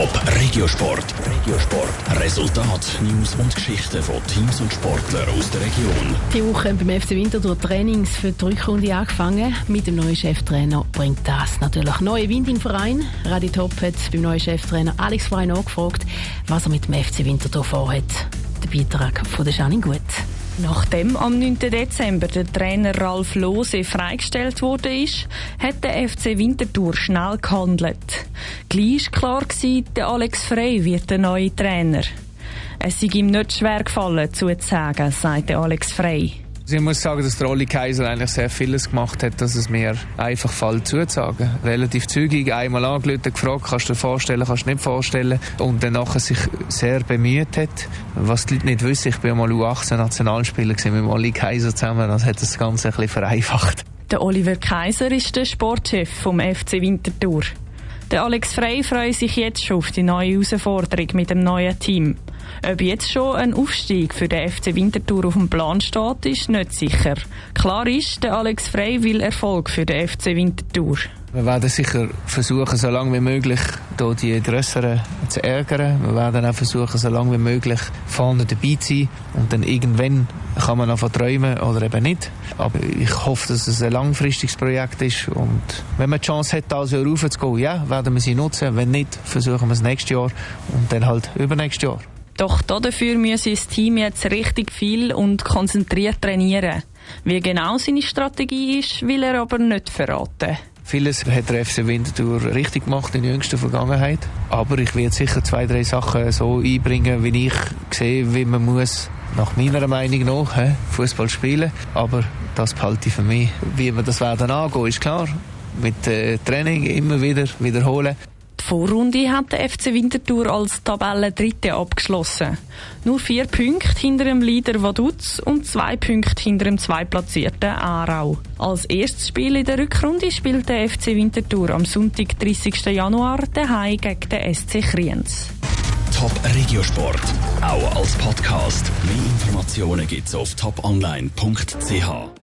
Top Regiosport. Resultat, News und Geschichten von Teams und Sportlern aus der Region. Die Woche beim FC Winterthur Trainings für die Rückrunde angefangen. Mit dem neuen Cheftrainer bringt das natürlich neue Wind in den Verein. Radio Top hat beim neuen Cheftrainer Alex Frey nachgefragt, was er mit dem FC Winterthur vorhat. Der Beitrag von der Janine Gut. Nachdem am 9. Dezember der Trainer Ralf Lohse freigestellt wurde, hat der FC Winterthur schnell gehandelt. Gleich war klar, der Alex Frey wird der neue Trainer. Es sei ihm nicht schwer gefallen, zuzusagen, sagte Alex Frey. Ich muss sagen, dass der Olli Kaiser eigentlich sehr vieles gemacht hat, dass es mir einfach fällt zuzusagen. Relativ zügig, einmal angerufen, gefragt, kannst du dir vorstellen, kannst du nicht vorstellen. Und dann nachher sich sehr bemüht hat. Was die Leute nicht wissen, ich war mal U18-Nationalspieler mit dem Olli Kaiser zusammen, das hat das Ganze ein bisschen vereinfacht. Der Oliver Kaiser ist der Sportchef vom FC Winterthur. Der Alex Frey freut sich jetzt schon auf die neue Herausforderung mit dem neuen Team. Ob jetzt schon ein Aufstieg für den FC Winterthur auf dem Plan steht, ist nicht sicher. Klar ist, der Alex Frey will Erfolg für den FC Winterthur. Wir werden sicher versuchen, so lange wie möglich hier die Grösseren zu ärgern. Wir werden auch versuchen, so lange wie möglich vorne dabei zu sein. Und dann irgendwann kann man davon träumen oder eben nicht. Aber ich hoffe, dass es ein langfristiges Projekt ist. Und wenn man die Chance hat, da so raufzugehen, ja, werden wir sie nutzen. Wenn nicht, versuchen wir es nächstes Jahr und dann halt übernächstes Jahr. Doch dafür müsse das Team jetzt richtig viel und konzentriert trainieren. Wie genau seine Strategie ist, will er aber nicht verraten. Vieles hat der FC Winterthur richtig gemacht in der jüngsten Vergangenheit. Aber ich werde sicher 2-3 Sachen so einbringen, wie ich sehe, wie man muss, nach meiner Meinung nach, Fußball spielen. Aber das behalte ich für mich. Wie wir das werden angehen, ist klar. Mit Training immer wieder wiederholen. Die Vorrunde hat der FC Winterthur als Tabellendritte abgeschlossen. Nur 4 Punkte hinter dem Leader Vaduz und 2 Punkte hinter dem zweitplatzierten Aarau. Als erstes Spiel in der Rückrunde spielt der FC Winterthur am Sonntag, 30. Januar, daheim gegen den SC Kriens. Top Regiosport, auch als Podcast. Mehr Informationen gibt's auf toponline.ch.